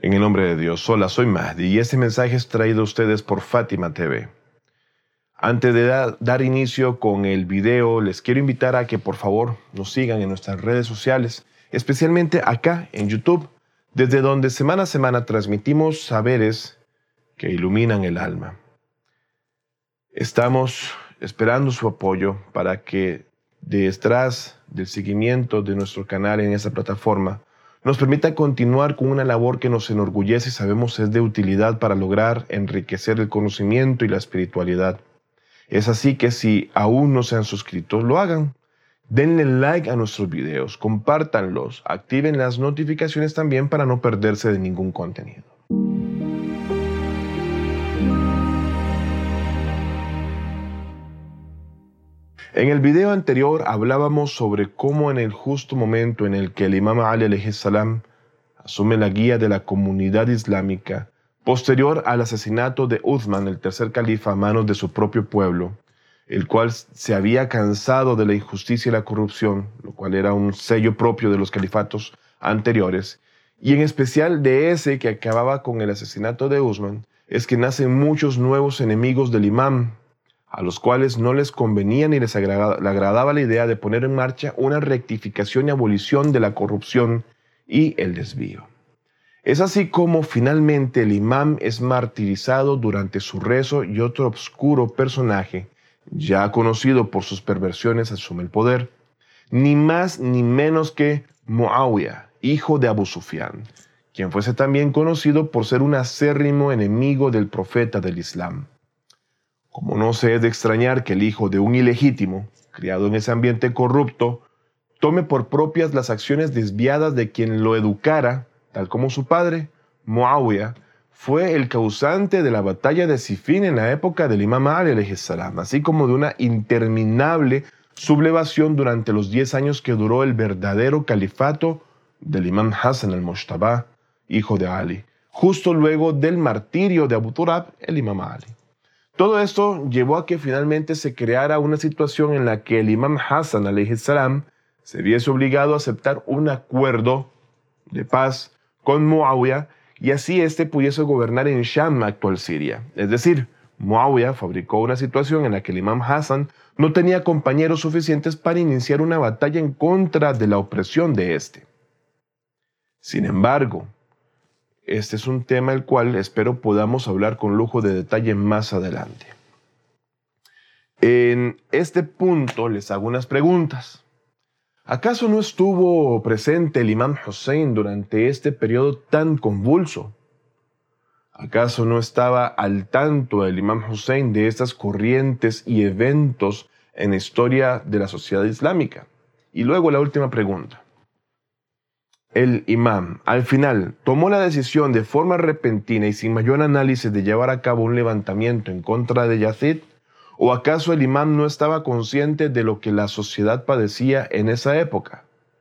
En el nombre de Dios, hola, soy Mahdi y este mensaje es traído a ustedes por Fátima TV. Antes de dar inicio con el video, les quiero invitar a que por favor nos sigan en nuestras redes sociales, especialmente acá en YouTube, desde donde semana a semana transmitimos saberes que iluminan el alma. Estamos esperando su apoyo para que detrás del seguimiento de nuestro canal en esta plataforma nos permita continuar con una labor que nos enorgullece y sabemos es de utilidad para lograr enriquecer el conocimiento y la espiritualidad. Es así que si aún no se han suscrito, lo hagan. Denle like a nuestros videos, compártanlos, activen las notificaciones también para no perderse de ningún contenido. En el video anterior hablábamos sobre cómo en el justo momento en el que el Imam Ali alayhi salam asume la guía de la comunidad islámica, posterior al asesinato de Uthman, el tercer califa, a manos de su propio pueblo, el cual se había cansado de la injusticia y la corrupción, lo cual era un sello propio de los califatos anteriores, y en especial de ese que acababa con el asesinato de Uthman, es que nacen muchos nuevos enemigos del imam, a los cuales no les convenía ni les agradaba la idea de poner en marcha una rectificación y abolición de la corrupción y el desvío. Es así como finalmente el imam es martirizado durante su rezo y otro obscuro personaje, ya conocido por sus perversiones, asume el poder, ni más ni menos que Muawiyah, hijo de Abu Sufyan, quien fuese también conocido por ser un acérrimo enemigo del profeta del Islam. Como no se es de extrañar que el hijo de un ilegítimo, criado en ese ambiente corrupto, tome por propias las acciones desviadas de quien lo educara, tal como su padre, Muawiyah, fue el causante de la batalla de Sifín en la época del Imam Ali alayhi salam, así como de una interminable sublevación durante los 10 años que duró el verdadero califato del Imam Hassan al-Mujtabā, hijo de Ali, justo luego del martirio de Abu Turab, el Imam Ali. Todo esto llevó a que finalmente se creara una situación en la que el Imam Hassan alayhi salam se viese obligado a aceptar un acuerdo de paz con Muawiyah y así éste pudiese gobernar en Sham, actual Siria. Es decir, Muawiyah fabricó una situación en la que el Imam Hassan no tenía compañeros suficientes para iniciar una batalla en contra de la opresión de este. Sin embargo, este es un tema el cual espero podamos hablar con lujo de detalle más adelante. En este punto les hago unas preguntas. ¿Acaso no estuvo presente el Imam Hussein durante este periodo tan convulso? ¿Acaso no estaba al tanto el Imam Hussein de estas corrientes y eventos en la historia de la sociedad islámica? Y luego la última pregunta. El imam, al final, tomó la decisión de forma repentina y sin mayor análisis de llevar a cabo un levantamiento en contra de Yazid, ¿o acaso el imam no estaba consciente de lo que la sociedad padecía en esa época?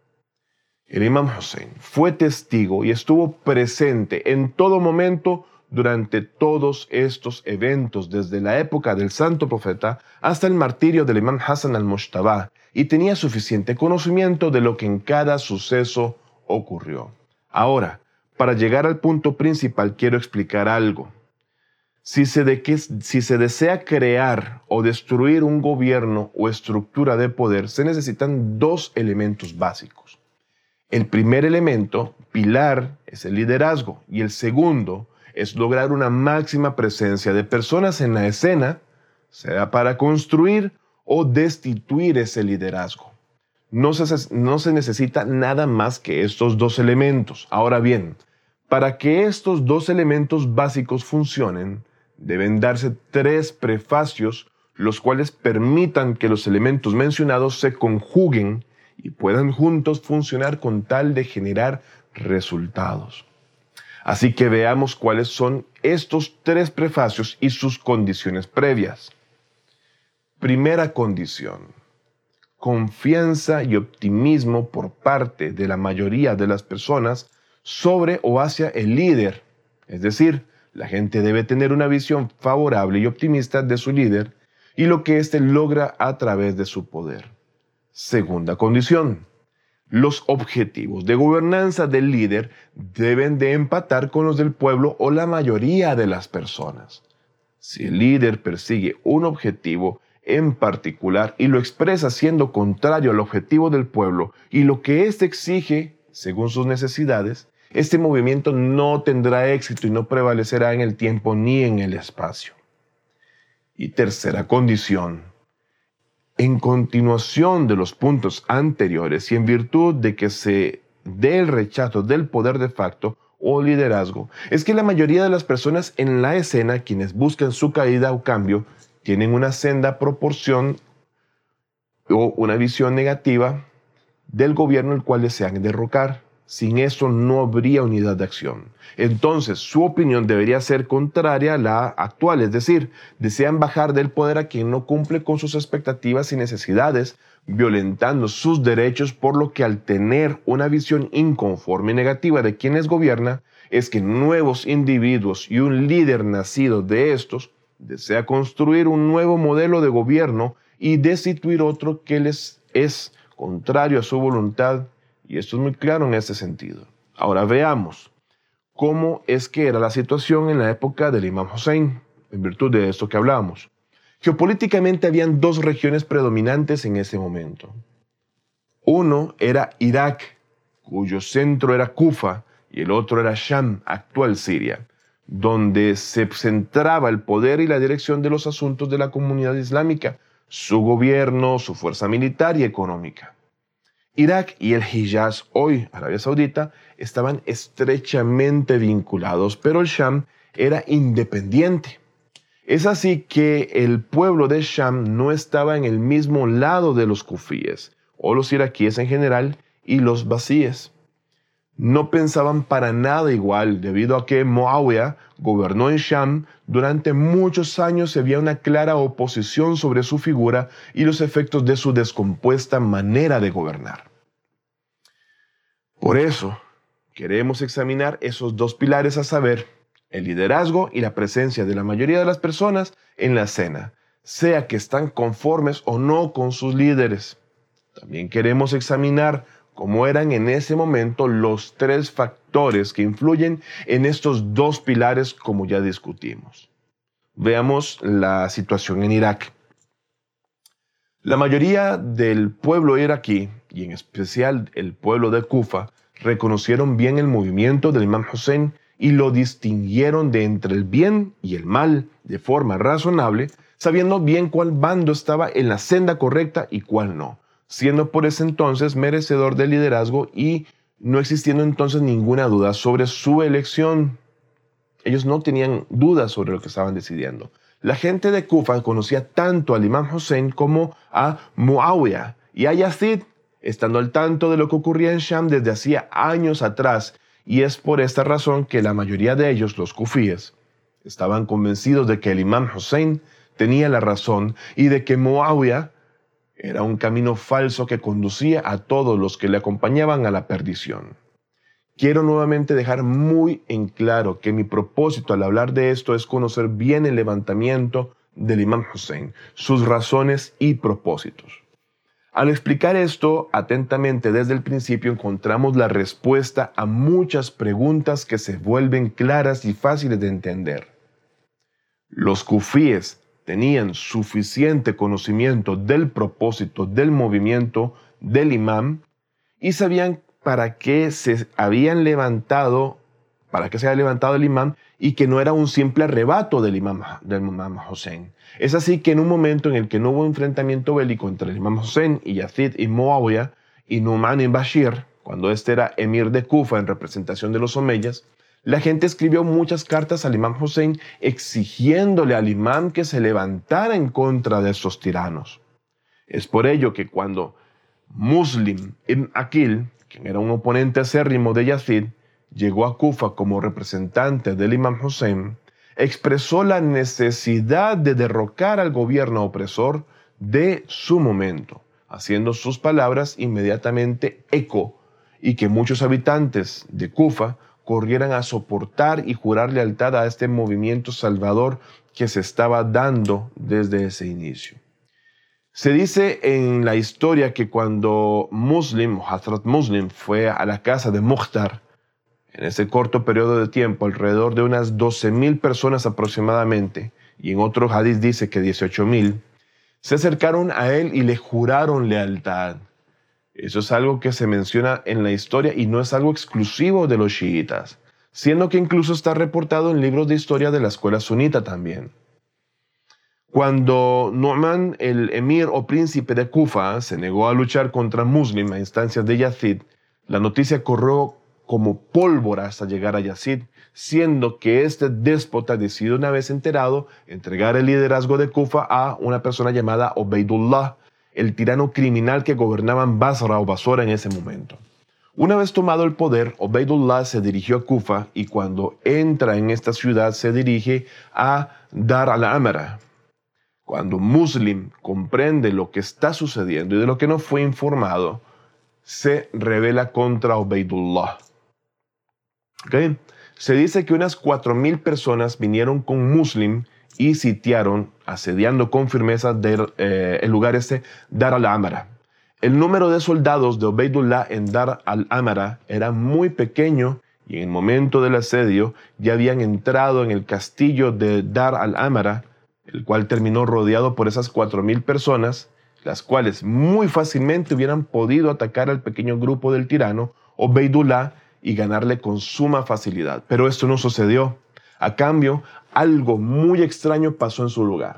El imam Hussein fue testigo y estuvo presente en todo momento durante todos estos eventos, desde la época del santo profeta hasta el martirio del imam Hassan al-Mujtabā, y tenía suficiente conocimiento de lo que en cada suceso ocurrió. Ahora, para llegar al punto principal, quiero explicar algo. Si se desea crear o destruir un gobierno o estructura de poder, se necesitan dos elementos básicos. El primer elemento, pilar, es el liderazgo, y el segundo es lograr una máxima presencia de personas en la escena, sea para construir o destituir ese liderazgo. No se necesita nada más que estos dos elementos. Ahora bien, para que estos dos elementos básicos funcionen, deben darse tres prefacios, los cuales permitan que los elementos mencionados se conjuguen y puedan juntos funcionar con tal de generar resultados. Así que veamos cuáles son estos tres prefacios y sus condiciones previas. Primera condición: confianza y optimismo por parte de la mayoría de las personas sobre o hacia el líder. Es decir, la gente debe tener una visión favorable y optimista de su líder y lo que éste logra a través de su poder. Segunda condición: Los objetivos de gobernanza del líder deben de empatar con los del pueblo o la mayoría de las personas. Si el líder persigue un objetivo en particular y lo expresa siendo contrario al objetivo del pueblo y lo que éste exige según sus necesidades, este movimiento no tendrá éxito y no prevalecerá en el tiempo ni en el espacio. Y tercera condición. En continuación de los puntos anteriores y en virtud de que se dé el rechazo del poder de facto o liderazgo, es que la mayoría de las personas en la escena, quienes buscan su caída o cambio, tienen una senda proporción o una visión negativa del gobierno el cual desean derrocar. Sin eso no habría unidad de acción. Entonces, su opinión debería ser contraria a la actual, es decir, desean bajar del poder a quien no cumple con sus expectativas y necesidades, violentando sus derechos, por lo que al tener una visión inconforme y negativa de quien les gobierna, es que nuevos individuos y un líder nacido de estos desea construir un nuevo modelo de gobierno y destituir otro que les es contrario a su voluntad. Y esto es muy claro en este sentido. Ahora veamos cómo es que era la situación en la época del Imam Hussein, en virtud de esto que hablábamos. Geopolíticamente habían dos regiones predominantes en ese momento. Uno era Irak, cuyo centro era Kufa, y el otro era Sham, actual Siria, donde se centraba el poder y la dirección de los asuntos de la comunidad islámica, su gobierno, su fuerza militar y económica. Irak y el Hijaz, hoy Arabia Saudita, estaban estrechamente vinculados, pero el Sham era independiente. Es así que el pueblo de Sham no estaba en el mismo lado de los kufíes, o los iraquíes en general, y los basíes. No pensaban para nada igual, debido a que Muawiyah gobernó en Sham durante muchos años y había una clara oposición sobre su figura y los efectos de su descompuesta manera de gobernar. Por eso, queremos examinar esos dos pilares, a saber, el liderazgo y la presencia de la mayoría de las personas en la escena, sea que están conformes o no con sus líderes. También queremos examinar cómo eran en ese momento los tres factores que influyen en estos dos pilares, como ya discutimos. Veamos la situación en Irak. La mayoría del pueblo iraquí, y en especial el pueblo de Kufa, reconocieron bien el movimiento del Imam Hussein y lo distinguieron de entre el bien y el mal de forma razonable, sabiendo bien cuál bando estaba en la senda correcta y cuál no, siendo por ese entonces merecedor de liderazgo y no existiendo entonces ninguna duda sobre su elección. Ellos no tenían dudas sobre lo que estaban decidiendo. La gente de Kufa conocía tanto al Imam Hussein como a Muawiyah y a Yazid, estando al tanto de lo que ocurría en Sham desde hacía años atrás, y es por esta razón que la mayoría de ellos, los kufíes, estaban convencidos de que el Imam Hussein tenía la razón y de que Muawiyah era un camino falso que conducía a todos los que le acompañaban a la perdición. Quiero nuevamente dejar muy en claro que mi propósito al hablar de esto es conocer bien el levantamiento del Imam Hussein, sus razones y propósitos. Al explicar esto atentamente desde el principio, encontramos la respuesta a muchas preguntas que se vuelven claras y fáciles de entender. Los kufíes tenían suficiente conocimiento del propósito del movimiento del imam y sabían para qué se había levantado el imam y que no era un simple arrebato del imam Hussein. Es así que en un momento en el que no hubo enfrentamiento bélico entre el imam Hussein y Yazid y Muawiyah y Nu'man ibn Bashir, cuando este era emir de Kufa en representación de los omeyas, la gente escribió muchas cartas al imam Hussein exigiéndole al imam que se levantara en contra de estos tiranos. Es por ello que cuando Muslim ibn Aqil, quien era un oponente acérrimo de Yazid, llegó a Kufa como representante del imam Hussein, expresó la necesidad de derrocar al gobierno opresor de su momento, haciendo sus palabras inmediatamente eco y que muchos habitantes de Kufa corrieran a soportar y jurar lealtad a este movimiento salvador que se estaba dando desde ese inicio. Se dice en la historia que cuando Hazrat Muslim fue a la casa de Mukhtar, en ese corto periodo de tiempo, alrededor de unas 12,000 personas aproximadamente, y en otro hadith dice que 18,000, se acercaron a él y le juraron lealtad. Eso es algo que se menciona en la historia y no es algo exclusivo de los chiitas, siendo que incluso está reportado en libros de historia de la escuela sunita también. Cuando Nu'man, el emir o príncipe de Kufa, se negó a luchar contra Muslim a instancias de Yazid, la noticia corrió como pólvora hasta llegar a Yazid, siendo que este déspota decidió, una vez enterado, entregar el liderazgo de Kufa a una persona llamada Ubaydullah, el tirano criminal que gobernaba en Basra o Basora en ese momento. Una vez tomado el poder, Ubaydullah se dirigió a Kufa y cuando entra en esta ciudad se dirige a Dar al-Amara. Cuando Muslim comprende lo que está sucediendo y de lo que no fue informado, se rebela contra Ubaydullah. ¿Okay? Se dice que unas 4,000 personas vinieron con Muslim y sitiaron, asediando con firmeza el lugar Dar al-Amara. El número de soldados de Ubaydullah en Dar al-Amara era muy pequeño y en el momento del asedio ya habían entrado en el castillo de Dar al-Amara, el cual terminó rodeado por esas 4,000 personas, las cuales muy fácilmente hubieran podido atacar al pequeño grupo del tirano Ubaydullah y ganarle con suma facilidad. Pero esto no sucedió. A cambio, algo muy extraño pasó en su lugar.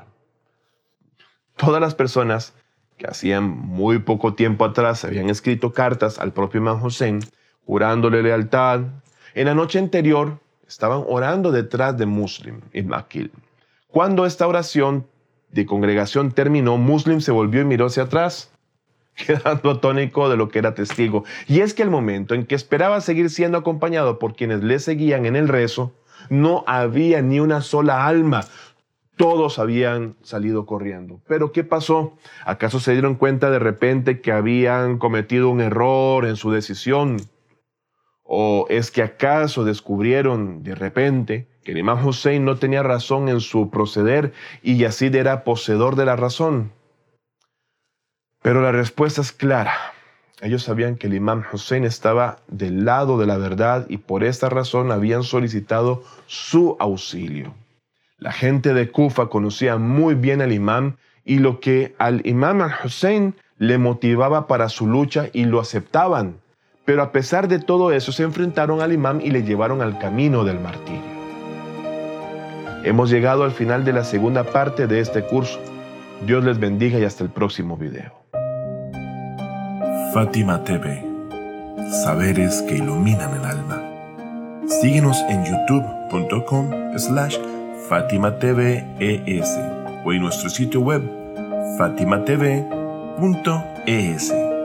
Todas las personas que hacían muy poco tiempo atrás habían escrito cartas al propio Imam Hussein, jurándole lealtad, en la noche anterior estaban orando detrás de Muslim ibn Aqil. Cuando esta oración de congregación terminó, Muslim se volvió y miró hacia atrás, quedando atónico de lo que era testigo. Y es que el momento en que esperaba seguir siendo acompañado por quienes le seguían en el rezo, no había ni una sola alma. Todos habían salido corriendo. ¿Pero qué pasó? ¿Acaso se dieron cuenta de repente que habían cometido un error en su decisión? ¿O es que acaso descubrieron de repente que el Imam Hussein no tenía razón en su proceder y Yazid era poseedor de la razón? Pero la respuesta es clara. Ellos sabían que el Imam Hussein estaba del lado de la verdad y por esta razón habían solicitado su auxilio. La gente de Kufa conocía muy bien al Imam y lo que al Imam al-Hussein le motivaba para su lucha y lo aceptaban. Pero a pesar de todo eso se enfrentaron al Imam y le llevaron al camino del martirio. Hemos llegado al final de la segunda parte de este curso. Dios les bendiga y hasta el próximo video. Fátima TV, saberes que iluminan el alma. Síguenos en youtube.com/FátimaTVES o en nuestro sitio web fatimatv.es.